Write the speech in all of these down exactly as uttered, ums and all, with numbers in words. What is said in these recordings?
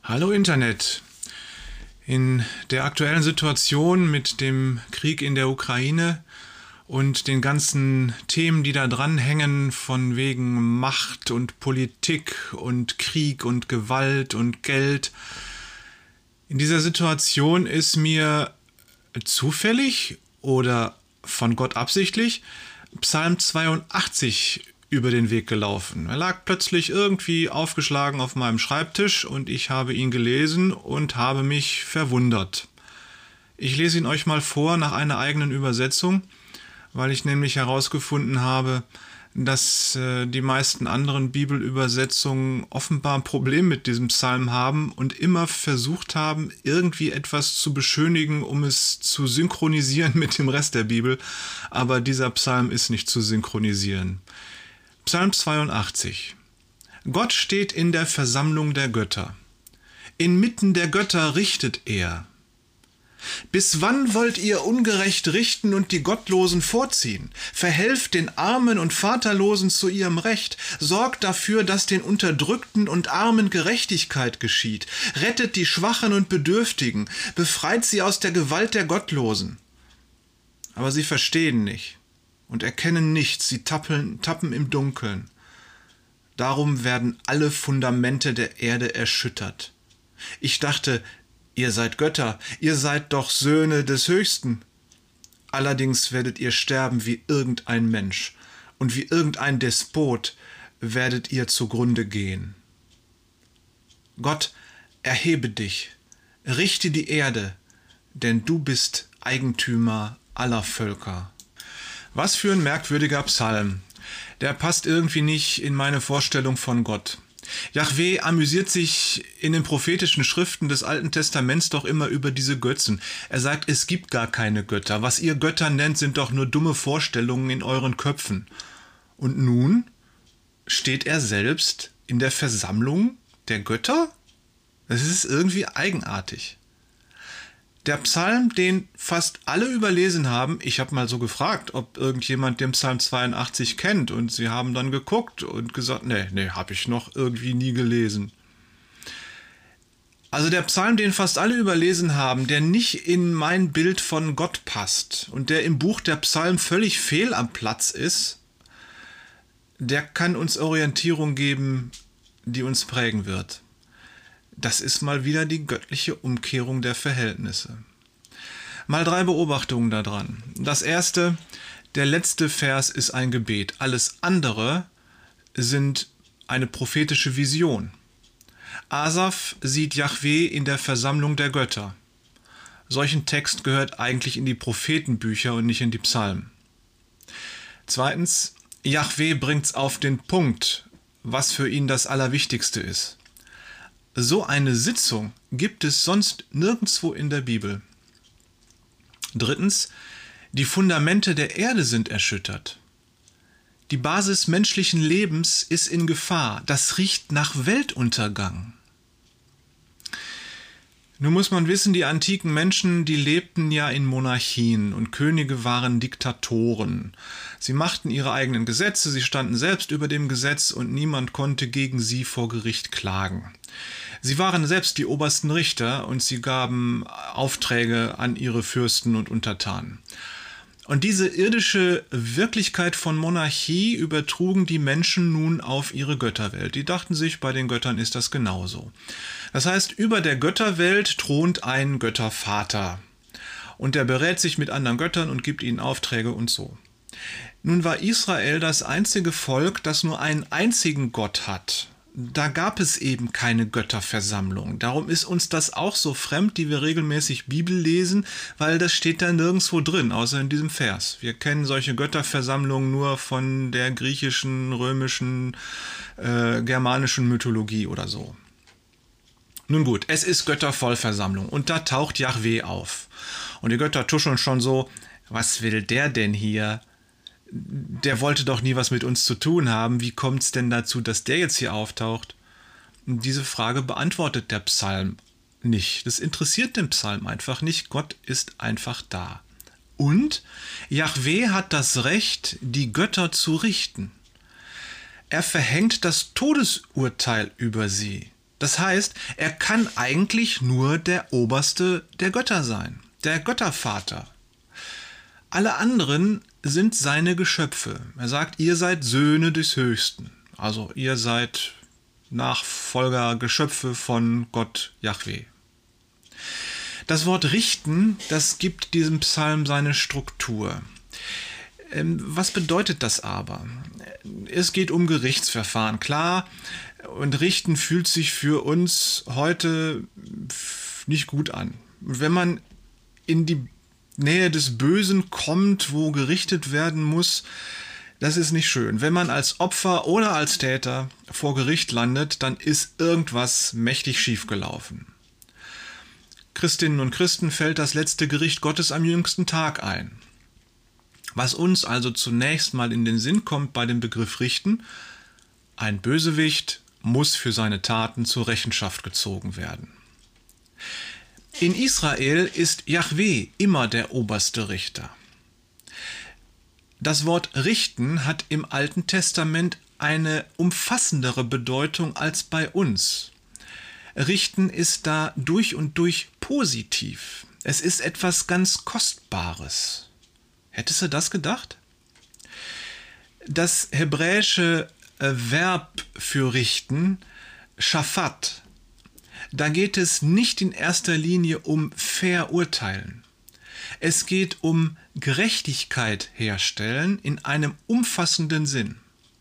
Hallo Internet. In der aktuellen Situation mit dem Krieg in der Ukraine und den ganzen Themen, die da dranhängen, von wegen Macht und Politik und Krieg und Gewalt und Geld. In dieser Situation ist mir zufällig oder von Gott absichtlich Psalm zweiundachtzig über den Weg gelaufen. Er lag plötzlich irgendwie aufgeschlagen auf meinem Schreibtisch und ich habe ihn gelesen und habe mich verwundert. Ich lese ihn euch mal vor nach einer eigenen Übersetzung, weil ich nämlich herausgefunden habe, dass äh, die meisten anderen Bibelübersetzungen offenbar ein Problem mit diesem Psalm haben und immer versucht haben, irgendwie etwas zu beschönigen, um es zu synchronisieren mit dem Rest der Bibel. Aber dieser Psalm ist nicht zu synchronisieren. Psalm zweiundachtzig. Gott steht in der Versammlung der Götter. Inmitten der Götter richtet er. Bis wann wollt ihr ungerecht richten und die Gottlosen vorziehen? Verhelft den Armen und Vaterlosen zu ihrem Recht. Sorgt dafür, dass den Unterdrückten und Armen Gerechtigkeit geschieht. Rettet die Schwachen und Bedürftigen. Befreit sie aus der Gewalt der Gottlosen. Aber sie verstehen nicht und erkennen nichts. Sie tappeln, tappen im Dunkeln. Darum werden alle Fundamente der Erde erschüttert. Ich dachte, ihr seid Götter, ihr seid doch Söhne des Höchsten. Allerdings werdet ihr sterben wie irgendein Mensch, und wie irgendein Despot werdet ihr zugrunde gehen. Gott, erhebe dich, richte die Erde, denn du bist Eigentümer aller Völker. Was für ein merkwürdiger Psalm. Der passt irgendwie nicht in meine Vorstellung von Gott. Jahwe amüsiert sich in den prophetischen Schriften des Alten Testaments doch immer über diese Götzen. Er sagt, es gibt gar keine Götter. Was ihr Götter nennt, sind doch nur dumme Vorstellungen in euren Köpfen. Und nun steht er selbst in der Versammlung der Götter? Das ist irgendwie eigenartig. Der Psalm, den fast alle überlesen haben, ich habe mal so gefragt, ob irgendjemand den Psalm zweiundachtzig kennt, und sie haben dann geguckt und gesagt, nee, nee, habe ich noch irgendwie nie gelesen. Also der Psalm, den fast alle überlesen haben, der nicht in mein Bild von Gott passt und der im Buch der Psalmen völlig fehl am Platz ist, der kann uns Orientierung geben, die uns prägen wird. Das ist mal wieder die göttliche Umkehrung der Verhältnisse. Mal drei Beobachtungen daran. Das erste, der letzte Vers ist ein Gebet. Alles andere sind eine prophetische Vision. Asaf sieht Jahwe in der Versammlung der Götter. Solchen Text gehört eigentlich in die Prophetenbücher und nicht in die Psalmen. Zweitens, Jahwe bringt's auf den Punkt, was für ihn das Allerwichtigste ist. So eine Sitzung gibt es sonst nirgendwo in der Bibel. Drittens, die Fundamente der Erde sind erschüttert. Die Basis menschlichen Lebens ist in Gefahr. Das riecht nach Weltuntergang. Nun muss man wissen, die antiken Menschen, die lebten ja in Monarchien und Könige waren Diktatoren. Sie machten ihre eigenen Gesetze, sie standen selbst über dem Gesetz und niemand konnte gegen sie vor Gericht klagen. Sie waren selbst die obersten Richter und sie gaben Aufträge an ihre Fürsten und Untertanen. Und diese irdische Wirklichkeit von Monarchie übertrugen die Menschen nun auf ihre Götterwelt. Die dachten sich, bei den Göttern ist das genauso. Das heißt, über der Götterwelt thront ein Göttervater. Und der berät sich mit anderen Göttern und gibt ihnen Aufträge und so. Nun war Israel das einzige Volk, das nur einen einzigen Gott hat. Da gab es eben keine Götterversammlung. Darum ist uns das auch so fremd, die wir regelmäßig Bibel lesen, weil das steht da nirgendwo drin, außer in diesem Vers. Wir kennen solche Götterversammlungen nur von der griechischen, römischen, äh, germanischen Mythologie oder so. Nun gut, es ist Göttervollversammlung und da taucht Jahwe auf. Und die Götter tuscheln schon so, was will der denn hier? Der wollte doch nie was mit uns zu tun haben. Wie kommt es denn dazu, dass der jetzt hier auftaucht? Und diese Frage beantwortet der Psalm nicht. Das interessiert den Psalm einfach nicht. Gott ist einfach da. Und Jahwe hat das Recht, die Götter zu richten. Er verhängt das Todesurteil über sie. Das heißt, er kann eigentlich nur der Oberste der Götter sein, der Göttervater. Alle anderen sind seine Geschöpfe. Er sagt, ihr seid Söhne des Höchsten. Also ihr seid Nachfolger, Geschöpfe von Gott Jahwe. Das Wort richten, das gibt diesem Psalm seine Struktur. Was bedeutet das aber? Es geht um Gerichtsverfahren, klar. Und richten fühlt sich für uns heute nicht gut an. Wenn man in die Nähe des Bösen kommt, wo gerichtet werden muss, das ist nicht schön. Wenn man als Opfer oder als Täter vor Gericht landet, dann ist irgendwas mächtig schiefgelaufen. Christinnen und Christen fällt das letzte Gericht Gottes am jüngsten Tag ein. Was uns also zunächst mal in den Sinn kommt bei dem Begriff richten: ein Bösewicht muss für seine Taten zur Rechenschaft gezogen werden. In Israel ist Jahwe immer der oberste Richter. Das Wort richten hat im Alten Testament eine umfassendere Bedeutung als bei uns. Richten ist da durch und durch positiv. Es ist etwas ganz Kostbares. Hättest du das gedacht? Das hebräische Verb für richten, Schafat, da geht es nicht in erster Linie um verurteilen. Es geht um Gerechtigkeit herstellen in einem umfassenden Sinn.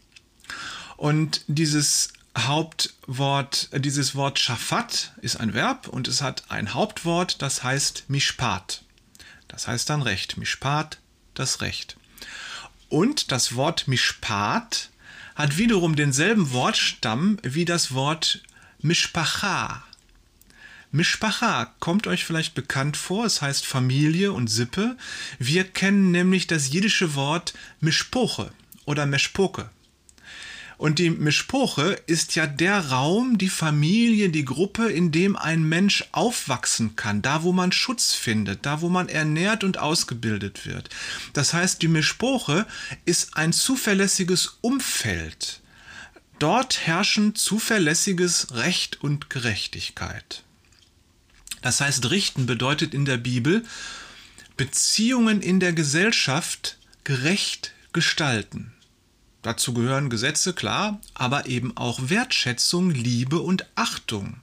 Und dieses Hauptwort, dieses Wort Schafat ist ein Verb und es hat ein Hauptwort, das heißt Mishpat. Das heißt dann Recht. Mishpat, das Recht. Und das Wort Mishpat hat wiederum denselben Wortstamm wie das Wort Mishpacha. Mishpacha kommt euch vielleicht bekannt vor, es heißt Familie und Sippe. Wir kennen nämlich das jiddische Wort Mishpoche oder Meshpoke. Und die Mishpoche ist ja der Raum, die Familie, die Gruppe, in dem ein Mensch aufwachsen kann, da wo man Schutz findet, da wo man ernährt und ausgebildet wird. Das heißt, die Mishpoche ist ein zuverlässiges Umfeld. Dort herrschen zuverlässiges Recht und Gerechtigkeit. Das heißt, richten bedeutet in der Bibel, Beziehungen in der Gesellschaft gerecht gestalten. Dazu gehören Gesetze, klar, aber eben auch Wertschätzung, Liebe und Achtung.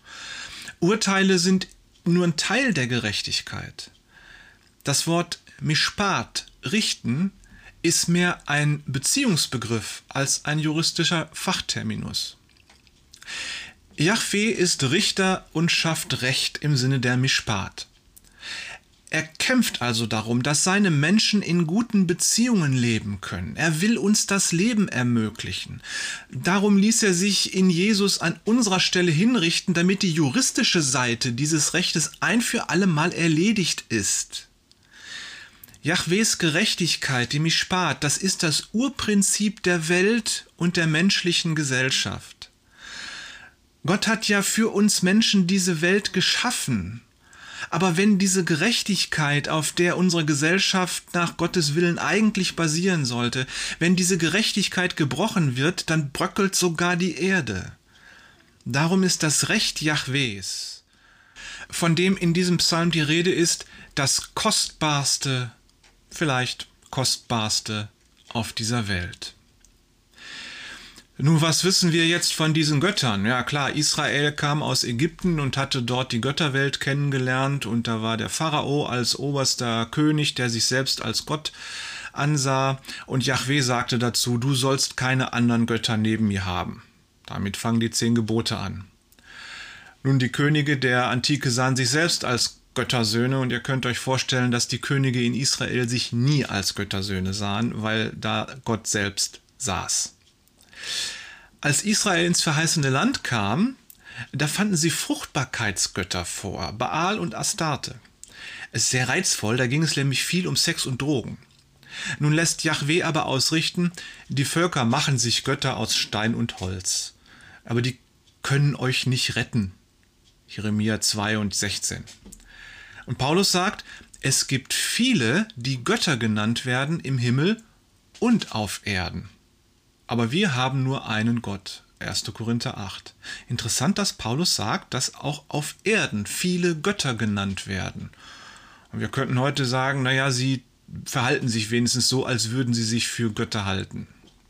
Urteile sind nur ein Teil der Gerechtigkeit. Das Wort Mishpat, richten, ist mehr ein Beziehungsbegriff als ein juristischer Fachterminus. Jahwe ist Richter und schafft Recht im Sinne der Mishpat. Er kämpft also darum, dass seine Menschen in guten Beziehungen leben können. Er will uns das Leben ermöglichen. Darum ließ er sich in Jesus an unserer Stelle hinrichten, damit die juristische Seite dieses Rechtes ein für alle Mal erledigt ist. Jahwes Gerechtigkeit, die Mishpat, das ist das Urprinzip der Welt und der menschlichen Gesellschaft. Gott hat ja für uns Menschen diese Welt geschaffen. Aber wenn diese Gerechtigkeit, auf der unsere Gesellschaft nach Gottes Willen eigentlich basieren sollte, wenn diese Gerechtigkeit gebrochen wird, dann bröckelt sogar die Erde. Darum ist das Recht Jahwes, von dem in diesem Psalm die Rede ist, das kostbarste, vielleicht kostbarste auf dieser Welt. Nun, was wissen wir jetzt von diesen Göttern? Ja klar, Israel kam aus Ägypten und hatte dort die Götterwelt kennengelernt und da war der Pharao als oberster König, der sich selbst als Gott ansah und Jahwe sagte dazu, du sollst keine anderen Götter neben mir haben. Damit fangen die zehn Gebote an. Nun, die Könige der Antike sahen sich selbst als Göttersöhne und ihr könnt euch vorstellen, dass die Könige in Israel sich nie als Göttersöhne sahen, weil da Gott selbst saß. Als Israel ins verheißene Land kam, da fanden sie Fruchtbarkeitsgötter vor, Baal und Astarte. Es ist sehr reizvoll, da ging es nämlich viel um Sex und Drogen. Nun lässt Jahwe aber ausrichten, die Völker machen sich Götter aus Stein und Holz, aber die können euch nicht retten. Jeremia zwei und sechzehn. Und Paulus sagt, es gibt viele, die Götter genannt werden im Himmel und auf Erden. Aber wir haben nur einen Gott, erster Korinther acht. Interessant, dass Paulus sagt, dass auch auf Erden viele Götter genannt werden. Und wir könnten heute sagen, naja, sie verhalten sich wenigstens so, als würden sie sich für Götter halten.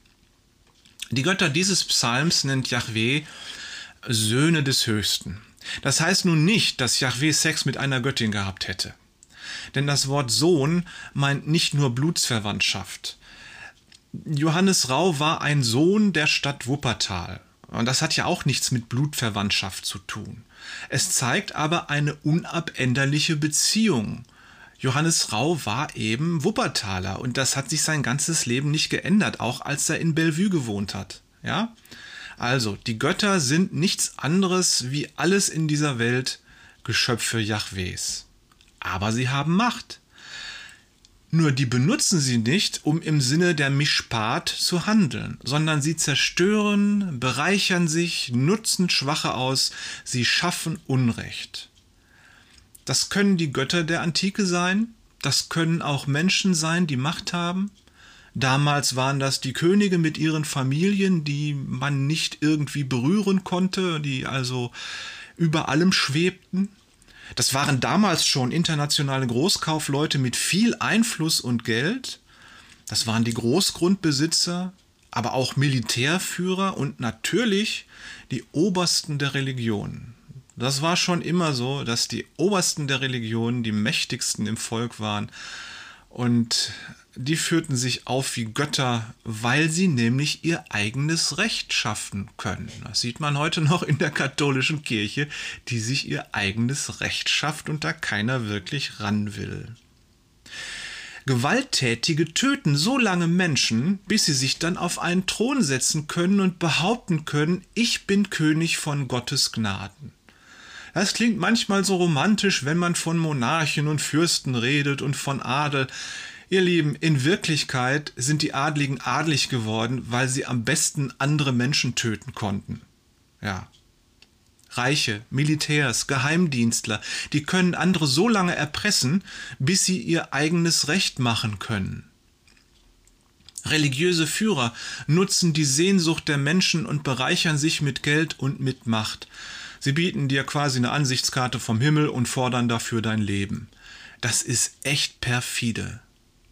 Die Götter dieses Psalms nennt Jahwe Söhne des Höchsten. Das heißt nun nicht, dass Jahwe Sex mit einer Göttin gehabt hätte. Denn das Wort Sohn meint nicht nur Blutsverwandtschaft. Johannes Rau war ein Sohn der Stadt Wuppertal. Und das hat ja auch nichts mit Blutverwandtschaft zu tun. Es zeigt aber eine unabänderliche Beziehung. Johannes Rau war eben Wuppertaler und das hat sich sein ganzes Leben nicht geändert, auch als er in Bellevue gewohnt hat. Ja? Also, die Götter sind nichts anderes wie alles in dieser Welt Geschöpfe Jahwes. Aber sie haben Macht. Nur die benutzen sie nicht, um im Sinne der Mishpat zu handeln, sondern sie zerstören, bereichern sich, nutzen Schwache aus, sie schaffen Unrecht. Das können die Götter der Antike sein, das können auch Menschen sein, die Macht haben. Damals waren das die Könige mit ihren Familien, die man nicht irgendwie berühren konnte, die also über allem schwebten. Das waren damals schon internationale Großkaufleute mit viel Einfluss und Geld. Das waren die Großgrundbesitzer, aber auch Militärführer und natürlich die Obersten der Religion. Das war schon immer so, dass die Obersten der Religion die mächtigsten im Volk waren und die führten sich auf wie Götter, weil sie nämlich ihr eigenes Recht schaffen können. Das sieht man heute noch in der katholischen Kirche, die sich ihr eigenes Recht schafft und da keiner wirklich ran will. Gewalttätige töten so lange Menschen, bis sie sich dann auf einen Thron setzen können und behaupten können, ich bin König von Gottes Gnaden. Das klingt manchmal so romantisch, wenn man von Monarchen und Fürsten redet und von Adel. Ihr Lieben, in Wirklichkeit sind die Adligen adlig geworden, weil sie am besten andere Menschen töten konnten. Ja. Reiche, Militärs, Geheimdienstler, die können andere so lange erpressen, bis sie ihr eigenes Recht machen können. Religiöse Führer nutzen die Sehnsucht der Menschen und bereichern sich mit Geld und mit Macht. Sie bieten dir quasi eine Ansichtskarte vom Himmel und fordern dafür dein Leben. Das ist echt perfide.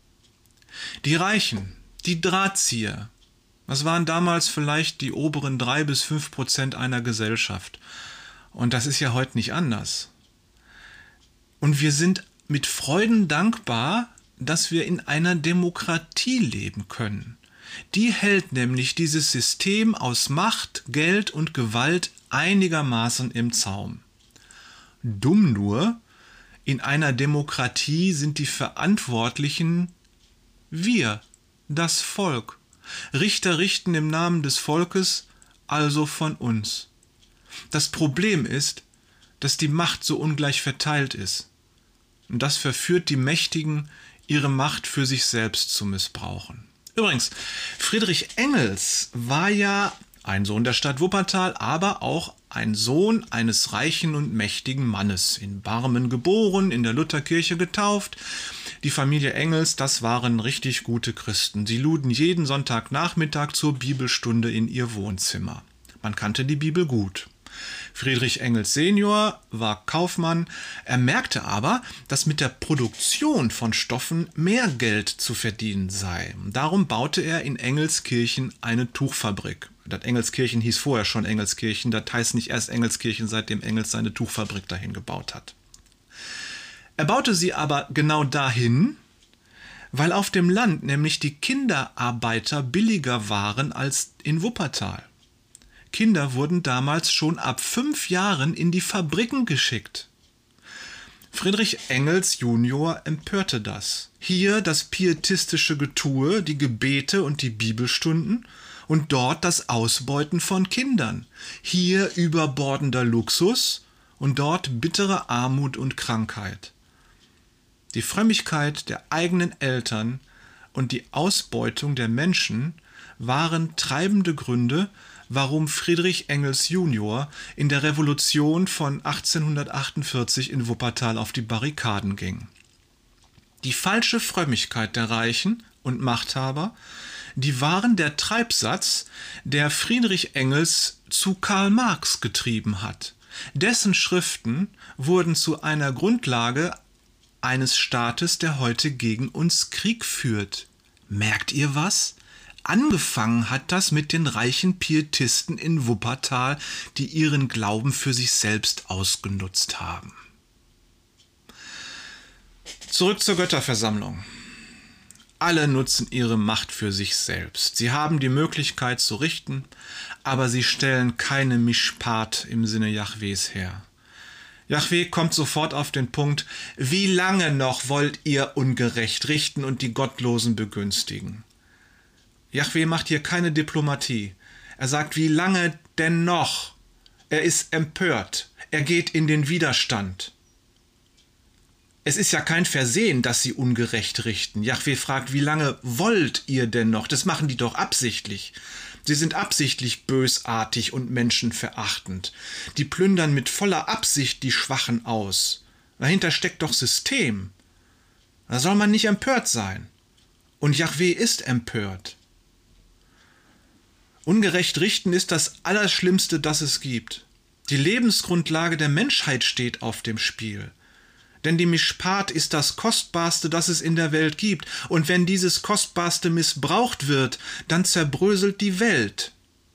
Die Reichen, die Drahtzieher, das waren damals vielleicht die oberen drei bis fünf Prozent einer Gesellschaft. Und das ist ja heute nicht anders. Und wir sind mit Freuden dankbar, dass wir in einer Demokratie leben können. Die hält nämlich dieses System aus Macht, Geld und Gewalt einigermaßen im Zaum. Dumm nur, in einer Demokratie sind die Verantwortlichen wir, das Volk. Richter richten im Namen des Volkes, also von uns. Das Problem ist, dass die Macht so ungleich verteilt ist. Und das verführt die Mächtigen, ihre Macht für sich selbst zu missbrauchen. Übrigens, Friedrich Engels war ja ein Sohn der Stadt Wuppertal, aber auch ein Sohn eines reichen und mächtigen Mannes, in Barmen geboren, in der Lutherkirche getauft. Die Familie Engels, das waren richtig gute Christen. Sie luden jeden Sonntagnachmittag zur Bibelstunde in ihr Wohnzimmer. Man kannte die Bibel gut. Friedrich Engels Senior war Kaufmann. Er merkte aber, dass mit der Produktion von Stoffen mehr Geld zu verdienen sei. Darum baute er in Engelskirchen eine Tuchfabrik. Das Engelskirchen hieß vorher schon Engelskirchen, das heißt nicht erst Engelskirchen, seitdem Engels seine Tuchfabrik dahin gebaut hat. Er baute sie aber genau dahin, weil auf dem Land nämlich die Kinderarbeiter billiger waren als in Wuppertal. Kinder wurden damals schon ab fünf Jahren in die Fabriken geschickt. Friedrich Engels Junior empörte das. Hier das pietistische Getue, die Gebete und die Bibelstunden und dort das Ausbeuten von Kindern. Hier überbordender Luxus und dort bittere Armut und Krankheit. Die Frömmigkeit der eigenen Eltern und die Ausbeutung der Menschen waren treibende Gründe, warum Friedrich Engels Junior in der Revolution von achtzehnhundertachtundvierzig in Wuppertal auf die Barrikaden ging. Die falsche Frömmigkeit der Reichen und Machthaber die waren der Treibsatz, der Friedrich Engels zu Karl Marx getrieben hat. Dessen Schriften wurden zu einer Grundlage eines Staates, der heute gegen uns Krieg führt. Merkt ihr was? Angefangen hat das mit den reichen Pietisten in Wuppertal, die ihren Glauben für sich selbst ausgenutzt haben. Zurück zur Götterversammlung. Alle nutzen ihre Macht für sich selbst. Sie haben die Möglichkeit zu richten, aber sie stellen keine Mischpat im Sinne Jahwes her. Jahwe kommt sofort auf den Punkt: Wie lange noch wollt ihr ungerecht richten und die Gottlosen begünstigen? Jahwe macht hier keine Diplomatie. Er sagt, wie lange denn noch? Er ist empört. Er geht in den Widerstand. Es ist ja kein Versehen, dass sie ungerecht richten. Jahwe fragt, wie lange wollt ihr denn noch? Das machen die doch absichtlich. Sie sind absichtlich bösartig und menschenverachtend. Die plündern mit voller Absicht die Schwachen aus. Dahinter steckt doch System. Da soll man nicht empört sein. Und Jahwe ist empört. Ungerecht richten ist das Allerschlimmste, das es gibt. Die Lebensgrundlage der Menschheit steht auf dem Spiel. Denn die Mischpat ist das Kostbarste, das es in der Welt gibt. Und wenn dieses Kostbarste missbraucht wird, dann zerbröselt die Welt.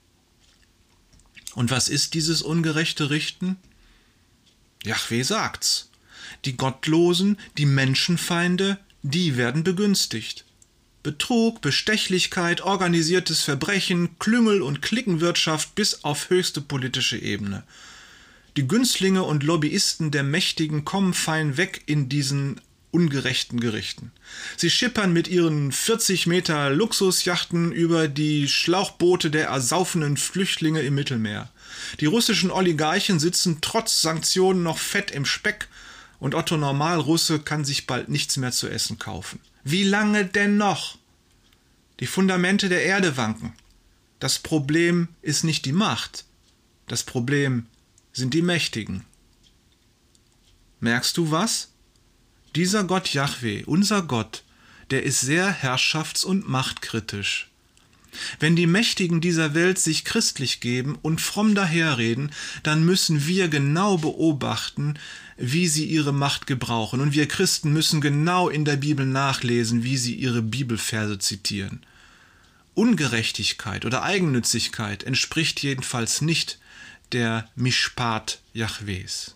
Und was ist dieses ungerechte Richten? Jahwe sagt's. Die Gottlosen, die Menschenfeinde, die werden begünstigt. Betrug, Bestechlichkeit, organisiertes Verbrechen, Klüngel- und Cliquenwirtschaft bis auf höchste politische Ebene. Die Günstlinge und Lobbyisten der Mächtigen kommen fein weg in diesen ungerechten Gerichten. Sie schippern mit ihren vierzig Meter Luxusjachten über die Schlauchboote der ersaufenen Flüchtlinge im Mittelmeer. Die russischen Oligarchen sitzen trotz Sanktionen noch fett im Speck und Otto Normalrusse kann sich bald nichts mehr zu essen kaufen. Wie lange denn noch? Die Fundamente der Erde wanken. Das Problem ist nicht die Macht. Das Problem sind die Mächtigen. Merkst du was? Dieser Gott Jahwe, unser Gott, der ist sehr herrschafts- und machtkritisch. Wenn die Mächtigen dieser Welt sich christlich geben und fromm daherreden, dann müssen wir genau beobachten, wie sie ihre Macht gebrauchen. Und wir Christen müssen genau in der Bibel nachlesen, wie sie ihre Bibelverse zitieren. Ungerechtigkeit oder Eigennützigkeit entspricht jedenfalls nicht der Mischpat Jahwes.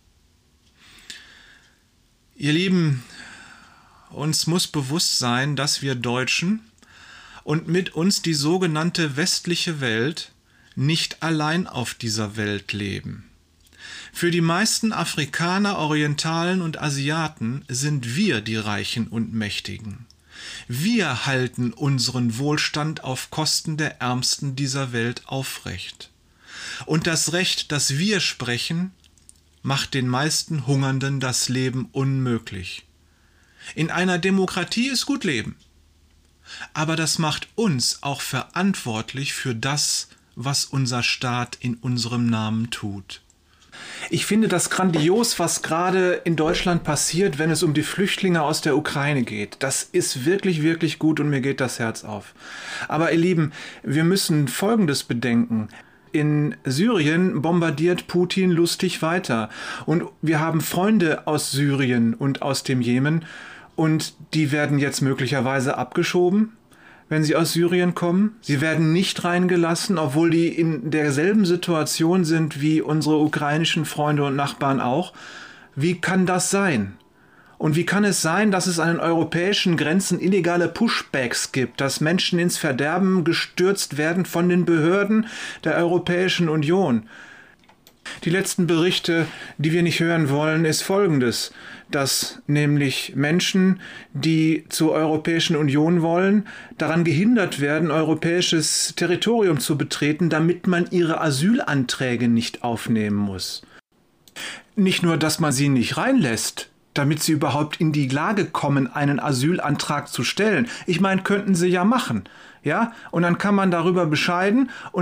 Ihr Lieben, uns muss bewusst sein, dass wir Deutschen und mit uns die sogenannte westliche Welt nicht allein auf dieser Welt leben. Für die meisten Afrikaner, Orientalen und Asiaten sind wir die Reichen und Mächtigen. Wir halten unseren Wohlstand auf Kosten der Ärmsten dieser Welt aufrecht. Und das Recht, das wir sprechen, macht den meisten Hungernden das Leben unmöglich. In einer Demokratie ist gut leben. Aber das macht uns auch verantwortlich für das, was unser Staat in unserem Namen tut. Ich finde das grandios, was gerade in Deutschland passiert, wenn es um die Flüchtlinge aus der Ukraine geht. Das ist wirklich, wirklich gut und mir geht das Herz auf. Aber ihr Lieben, wir müssen Folgendes bedenken. In Syrien bombardiert Putin lustig weiter. Und wir haben Freunde aus Syrien und aus dem Jemen und die werden jetzt möglicherweise abgeschoben, wenn sie aus Syrien kommen. Sie werden nicht reingelassen, obwohl die in derselben Situation sind wie unsere ukrainischen Freunde und Nachbarn auch. Wie kann das sein? Und wie kann es sein, dass es an den europäischen Grenzen illegale Pushbacks gibt, dass Menschen ins Verderben gestürzt werden von den Behörden der Europäischen Union? Die letzten Berichte, die wir nicht hören wollen, ist Folgendes, dass nämlich Menschen, die zur Europäischen Union wollen, daran gehindert werden, europäisches Territorium zu betreten, damit man ihre Asylanträge nicht aufnehmen muss. Nicht nur, dass man sie nicht reinlässt, damit sie überhaupt in die Lage kommen, einen Asylantrag zu stellen. Ich meine, könnten sie ja machen, ja? Und dann kann man darüber bescheiden und dann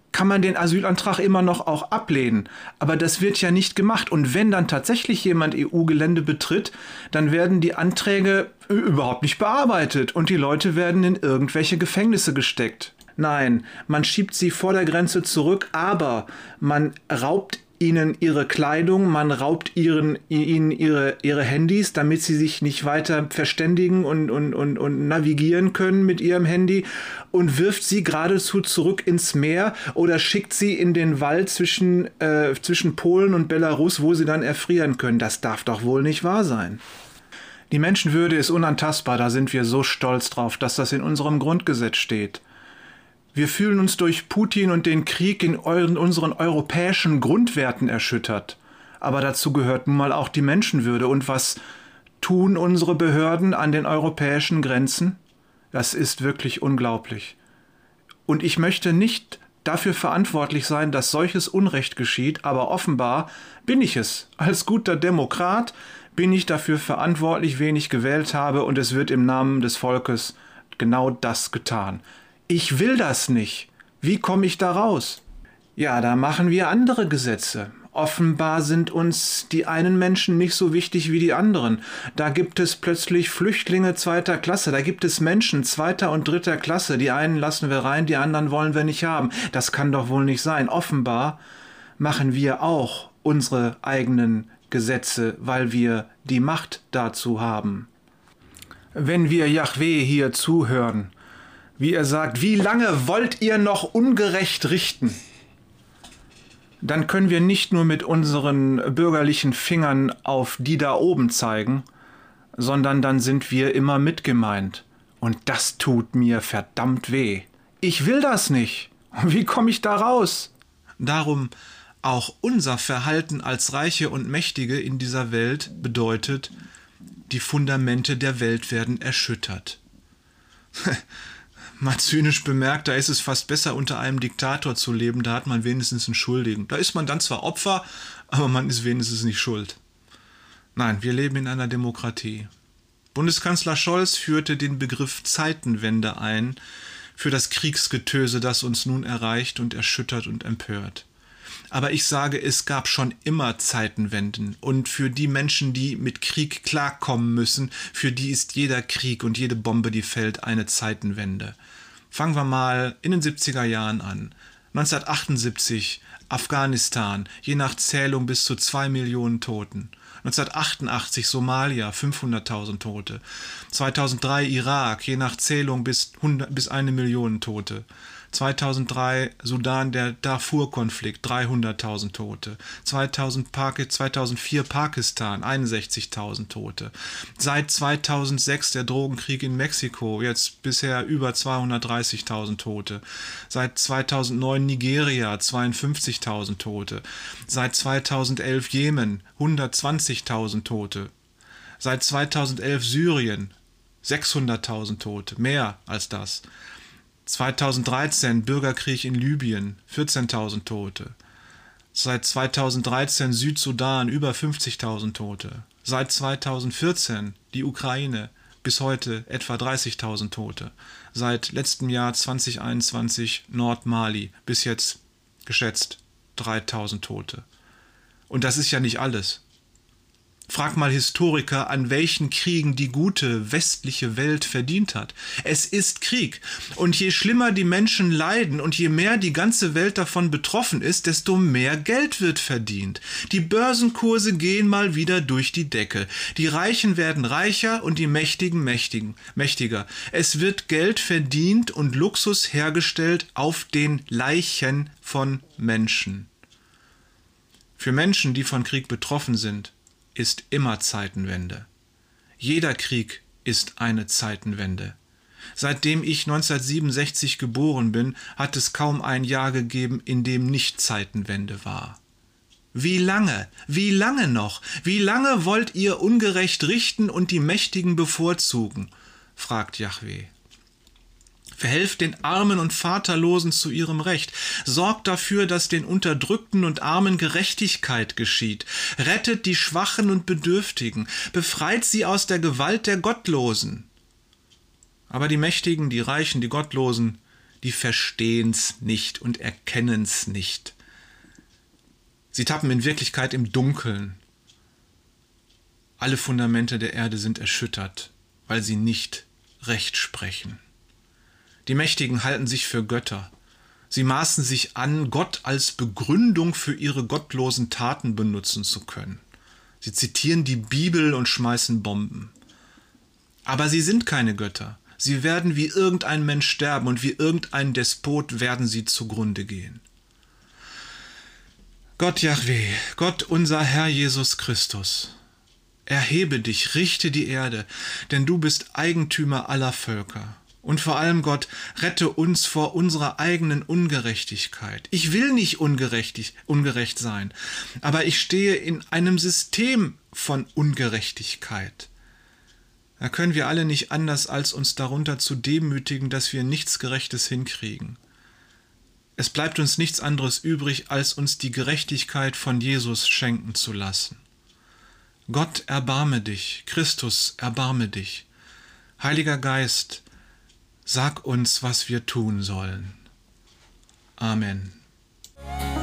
kann man den Asylantrag immer noch auch ablehnen. Aber das wird ja nicht gemacht. Und wenn dann tatsächlich jemand E U-Gelände betritt, dann werden die Anträge überhaupt nicht bearbeitet und die Leute werden in irgendwelche Gefängnisse gesteckt. Nein, man schiebt sie vor der Grenze zurück, aber man raubt ihnen ihre Kleidung, man raubt ihren, ihnen ihre, ihre Handys, damit sie sich nicht weiter verständigen und, und, und, und navigieren können mit ihrem Handy und wirft sie geradezu zurück ins Meer oder schickt sie in den Wald zwischen, äh, zwischen Polen und Belarus, wo sie dann erfrieren können. Das darf doch wohl nicht wahr sein. Die Menschenwürde ist unantastbar, da sind wir so stolz drauf, dass das in unserem Grundgesetz steht. Wir fühlen uns durch Putin und den Krieg in euren, unseren europäischen Grundwerten erschüttert. Aber dazu gehört nun mal auch die Menschenwürde. Und was tun unsere Behörden an den europäischen Grenzen? Das ist wirklich unglaublich. Und ich möchte nicht dafür verantwortlich sein, dass solches Unrecht geschieht, aber offenbar bin ich es. Als guter Demokrat bin ich dafür verantwortlich, wen ich gewählt habe, und es wird im Namen des Volkes genau das getan. Ich will das nicht. Wie komme ich da raus? Ja, da machen wir andere Gesetze. Offenbar sind uns die einen Menschen nicht so wichtig wie die anderen. Da gibt es plötzlich Flüchtlinge zweiter Klasse. Da gibt es Menschen zweiter und dritter Klasse. Die einen lassen wir rein, die anderen wollen wir nicht haben. Das kann doch wohl nicht sein. Offenbar machen wir auch unsere eigenen Gesetze, weil wir die Macht dazu haben. Wenn wir Jahwe hier zuhören, wie er sagt, wie lange wollt ihr noch ungerecht richten? Dann können wir nicht nur mit unseren bürgerlichen Fingern auf die da oben zeigen, sondern dann sind wir immer mitgemeint. Und das tut mir verdammt weh. Ich will das nicht. Wie komme ich da raus? Darum auch unser Verhalten als Reiche und Mächtige in dieser Welt bedeutet, die Fundamente der Welt werden erschüttert. Mal zynisch bemerkt, da ist es fast besser, unter einem Diktator zu leben, da hat man wenigstens einen Schuldigen. Da ist man dann zwar Opfer, aber man ist wenigstens nicht schuld. Nein, wir leben in einer Demokratie. Bundeskanzler Scholz führte den Begriff Zeitenwende ein für das Kriegsgetöse, das uns nun erreicht und erschüttert und empört. Aber ich sage, es gab schon immer Zeitenwenden, und für die Menschen, die mit Krieg klarkommen müssen, für die ist jeder Krieg und jede Bombe, die fällt, eine Zeitenwende. Fangen wir mal in den siebziger Jahren an. neunzehnhundertachtundsiebzig, Afghanistan, je nach Zählung bis zu zwei Millionen Toten. neunzehnhundertachtundachtzig, Somalia, fünfhunderttausend Tote. zweitausenddrei, Irak, je nach Zählung bis, hundert, bis eine Million Tote. zweitausenddrei, Sudan, der Darfur-Konflikt, dreihunderttausend Tote. zweitausend, zweitausendvier, Pakistan, einundsechzigtausend Tote. Seit zweitausendsechs der Drogenkrieg in Mexiko, jetzt bisher über zweihundertdreißigtausend Tote. Seit zweitausendneun Nigeria, zweiundfünfzigtausend Tote. Seit zweitausendelf Jemen, hundertzwanzigtausend Tote. Seit zweitausendelf Syrien, sechshunderttausend Tote, mehr als das. zweitausenddreizehn Bürgerkrieg in Libyen, vierzehntausend Tote. Seit zweitausenddreizehn Südsudan, über fünfzigtausend Tote. Seit zweitausendvierzehn die Ukraine, bis heute etwa dreißigtausend Tote. Seit letztem Jahr zweitausendeinundzwanzig Nordmali, bis jetzt geschätzt dreitausend Tote. Und das ist ja nicht alles. Frag mal Historiker, an welchen Kriegen die gute westliche Welt verdient hat. Es ist Krieg. Und je schlimmer die Menschen leiden und je mehr die ganze Welt davon betroffen ist, desto mehr Geld wird verdient. Die Börsenkurse gehen mal wieder durch die Decke. Die Reichen werden reicher und die Mächtigen mächtigen, mächtiger. Es wird Geld verdient und Luxus hergestellt auf den Leichen von Menschen. Für Menschen, die von Krieg betroffen sind, ist immer Zeitenwende. Jeder Krieg ist eine Zeitenwende. Seitdem ich neunzehnhundertsiebenundsechzig geboren bin, hat es kaum ein Jahr gegeben, in dem nicht Zeitenwende war. Wie lange, wie lange noch, wie lange wollt ihr ungerecht richten und die Mächtigen bevorzugen? Fragt Jahwe. Verhelft den Armen und Vaterlosen zu ihrem Recht. Sorgt dafür, dass den Unterdrückten und Armen Gerechtigkeit geschieht. Rettet die Schwachen und Bedürftigen. Befreit sie aus der Gewalt der Gottlosen. Aber die Mächtigen, die Reichen, die Gottlosen, die verstehen's nicht und erkennen's nicht. Sie tappen in Wirklichkeit im Dunkeln. Alle Fundamente der Erde sind erschüttert, weil sie nicht Recht sprechen. Die Mächtigen halten sich für Götter. Sie maßen sich an, Gott als Begründung für ihre gottlosen Taten benutzen zu können. Sie zitieren die Bibel und schmeißen Bomben. Aber sie sind keine Götter. Sie werden wie irgendein Mensch sterben und wie irgendein Despot werden sie zugrunde gehen. Gott Jahwe, Gott unser Herr Jesus Christus, erhebe dich, richte die Erde, denn du bist Eigentümer aller Völker. Und vor allem, Gott, rette uns vor unserer eigenen Ungerechtigkeit. Ich will nicht ungerechtig, ungerecht sein, aber ich stehe in einem System von Ungerechtigkeit. Da können wir alle nicht anders, als uns darunter zu demütigen, dass wir nichts Gerechtes hinkriegen. Es bleibt uns nichts anderes übrig, als uns die Gerechtigkeit von Jesus schenken zu lassen. Gott, erbarme dich, Christus, erbarme dich. Heiliger Geist, sag uns, was wir tun sollen. Amen.